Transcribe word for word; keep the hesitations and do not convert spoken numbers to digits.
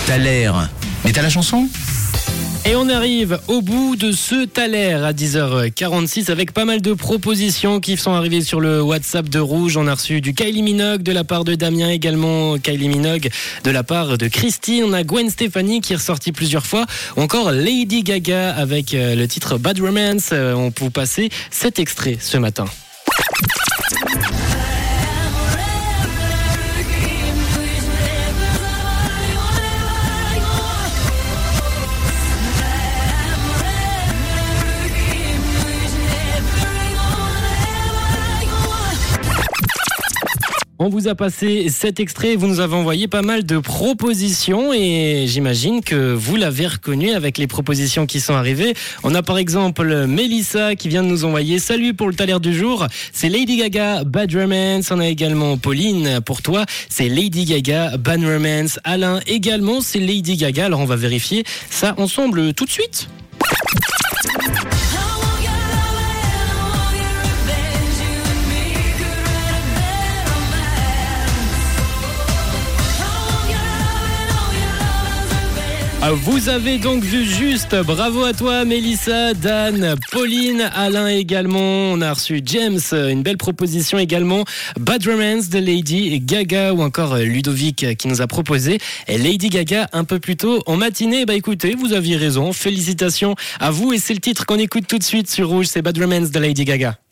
T'as l'air. Mais t'as la chanson ? Et on arrive au bout de ce Thaler à dix heures quarante-six avec pas mal de propositions qui sont arrivées sur le WhatsApp de Rouge. On a reçu du Kylie Minogue de la part de Damien, également Kylie Minogue de la part de Christine. On a Gwen Stefani qui est ressortie plusieurs fois. Ou encore Lady Gaga avec le titre Bad Romance. On peut vous passer cet extrait ce matin. On vous a passé cet extrait, vous nous avez envoyé pas mal de propositions et j'imagine que vous l'avez reconnu avec les propositions qui sont arrivées. On a par exemple Mélissa qui vient de nous envoyer « Salut pour le Thaler du jour ». C'est Lady Gaga, Bad Romance. On a également Pauline pour toi, c'est Lady Gaga, Bad Romance. Alain également, c'est Lady Gaga. Alors on va vérifier ça ensemble tout de suite. Vous avez donc vu juste, bravo à toi Mélissa, Dan, Pauline, Alain également. On a reçu James, une belle proposition également, Bad Romance de Lady Gaga ou encore Ludovic qui nous a proposé Lady Gaga un peu plus tôt en matinée. Bah écoutez, vous aviez raison, félicitations à vous et c'est le titre qu'on écoute tout de suite sur Rouge, c'est Bad Romance de Lady Gaga.